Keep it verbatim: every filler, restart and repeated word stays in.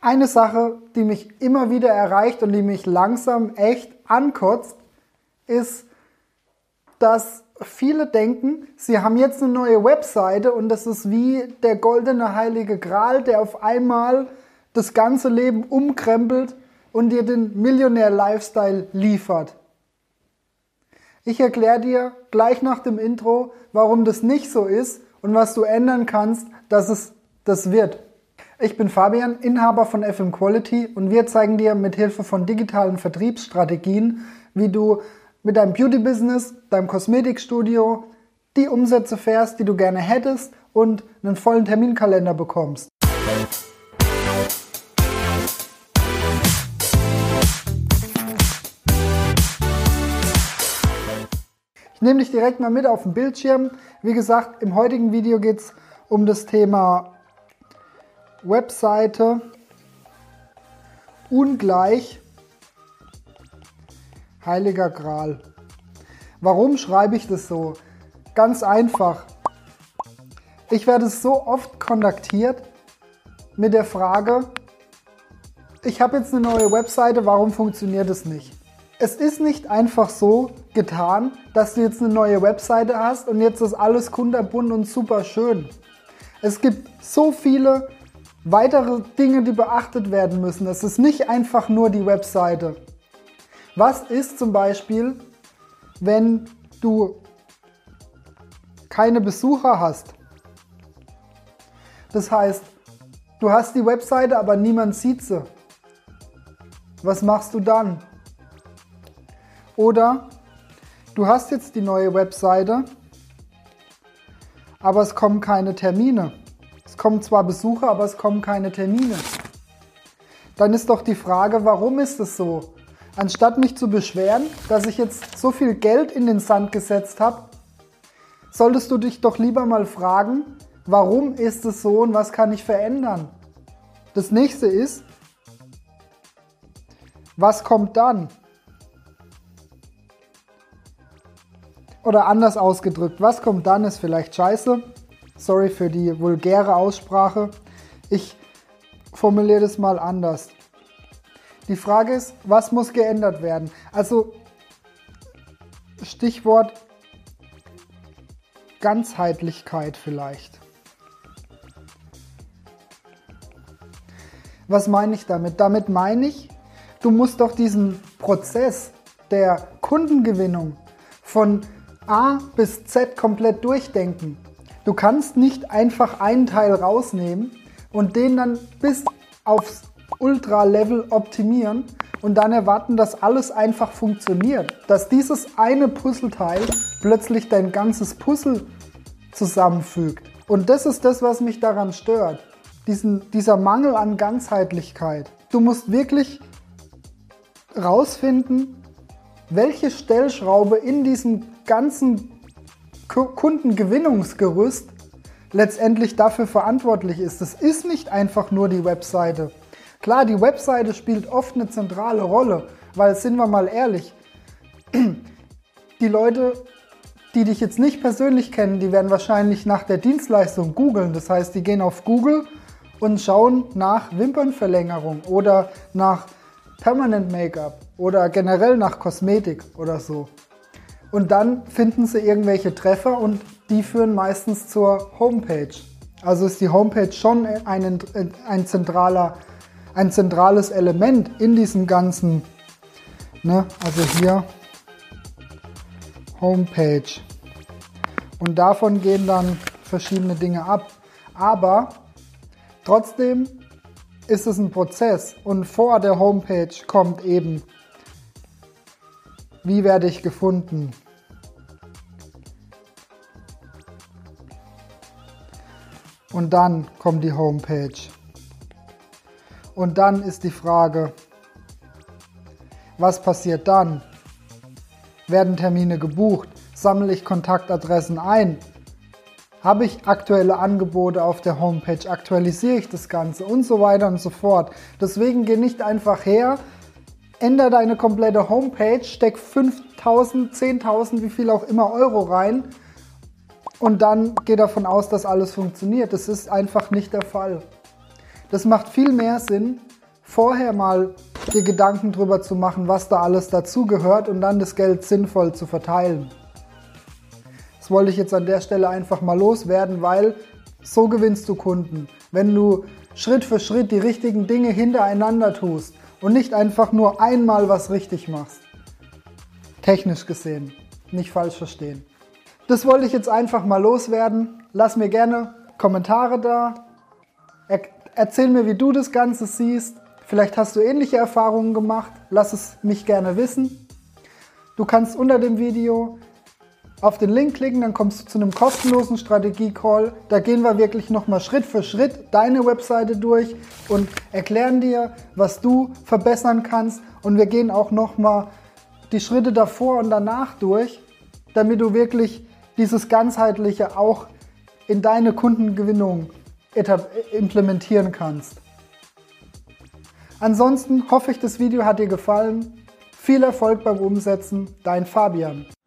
Eine Sache, die mich immer wieder erreicht und die mich langsam echt ankotzt, ist, dass viele denken, sie haben jetzt eine neue Webseite und das ist wie der goldene heilige Gral, der auf einmal das ganze Leben umkrempelt und dir den Millionär-Lifestyle liefert. Ich erkläre dir gleich nach dem Intro, warum das nicht so ist und was du ändern kannst, dass es das wird. Ich bin Fabian, Inhaber von F M Quality und wir zeigen dir mit Hilfe von digitalen Vertriebsstrategien, wie du mit deinem Beauty-Business, deinem Kosmetikstudio die Umsätze fährst, die du gerne hättest und einen vollen Terminkalender bekommst. Ich nehme dich direkt mal mit auf den Bildschirm. Wie gesagt, im heutigen Video geht es um das Thema Webseite ungleich Heiliger Gral. Warum schreibe ich das so? Ganz einfach. Ich werde so oft kontaktiert mit der Frage, ich habe jetzt eine neue Webseite, warum funktioniert es nicht? Es ist nicht einfach so getan, dass du jetzt eine neue Webseite hast und jetzt ist alles kunterbunt und super schön. Es gibt so viele weitere Dinge, die beachtet werden müssen. Es ist nicht einfach nur die Webseite. Was ist zum Beispiel, wenn du keine Besucher hast? Das heißt, du hast die Webseite, aber niemand sieht sie. Was machst du dann? Oder du hast jetzt die neue Webseite, aber es kommen keine Termine. Es kommen zwar Besucher, aber es kommen keine Termine. Dann ist doch die Frage, warum ist es so? Anstatt mich zu beschweren, dass ich jetzt so viel Geld in den Sand gesetzt habe, solltest du dich doch lieber mal fragen, warum ist es so und was kann ich verändern? Das nächste ist, was kommt dann? Oder anders ausgedrückt, was kommt dann ist vielleicht scheiße. Sorry für die vulgäre Aussprache. Ich formuliere das mal anders. Die Frage ist, was muss geändert werden? Also Stichwort Ganzheitlichkeit vielleicht. Was meine ich damit? Damit meine ich, du musst doch diesen Prozess der Kundengewinnung von A bis Z komplett durchdenken. Du kannst nicht einfach einen Teil rausnehmen und den dann bis aufs Ultra-Level optimieren und dann erwarten, dass alles einfach funktioniert. Dass dieses eine Puzzleteil plötzlich dein ganzes Puzzle zusammenfügt. Und das ist das, was mich daran stört. Diesen, dieser Mangel an Ganzheitlichkeit. Du musst wirklich rausfinden, welche Stellschraube in diesem ganzen Kundengewinnungsgerüst letztendlich dafür verantwortlich ist. Es ist nicht einfach nur die Webseite. Klar, die Webseite spielt oft eine zentrale Rolle, weil, sind wir mal ehrlich, die Leute, die dich jetzt nicht persönlich kennen, die werden wahrscheinlich nach der Dienstleistung googeln. Das heißt, die gehen auf Google und schauen nach Wimpernverlängerung oder nach Permanent Make-up oder generell nach Kosmetik oder so. Und dann finden sie irgendwelche Treffer und die führen meistens zur Homepage. Also ist die Homepage schon ein, ein, zentraler, ein zentrales Element in diesem ganzen, ne? Also hier Homepage. Und davon gehen dann verschiedene Dinge ab. Aber trotzdem ist es ein Prozess und vor der Homepage kommt eben, wie werde ich gefunden? Und dann kommt die Homepage. Und dann ist die Frage, was passiert dann? Werden Termine gebucht? Sammle ich Kontaktadressen ein? Habe ich aktuelle Angebote auf der Homepage? Aktualisiere ich das Ganze? Und so weiter und so fort. Deswegen geh nicht einfach her, ändere deine komplette Homepage, steck fünftausend, zehntausend, wie viel auch immer Euro rein und dann geh davon aus, dass alles funktioniert. Das ist einfach nicht der Fall. Das macht viel mehr Sinn, vorher mal dir Gedanken drüber zu machen, was da alles dazugehört und dann das Geld sinnvoll zu verteilen. Das wollte ich jetzt an der Stelle einfach mal loswerden, weil so gewinnst du Kunden. Wenn du Schritt für Schritt die richtigen Dinge hintereinander tust und nicht einfach nur einmal was richtig machst. Technisch gesehen, nicht falsch verstehen. Das wollte ich jetzt einfach mal loswerden. Lass mir gerne Kommentare da. Er- erzähl mir, wie du das Ganze siehst. Vielleicht hast du ähnliche Erfahrungen gemacht. Lass es mich gerne wissen. Du kannst unter dem Video auf den Link klicken, dann kommst du zu einem kostenlosen Strategie-Call. Da gehen wir wirklich nochmal Schritt für Schritt deine Webseite durch und erklären dir, was du verbessern kannst. Und wir gehen auch nochmal die Schritte davor und danach durch, damit du wirklich dieses Ganzheitliche auch in deine Kundengewinnung implementieren kannst. Ansonsten hoffe ich, das Video hat dir gefallen. Viel Erfolg beim Umsetzen, dein Fabian.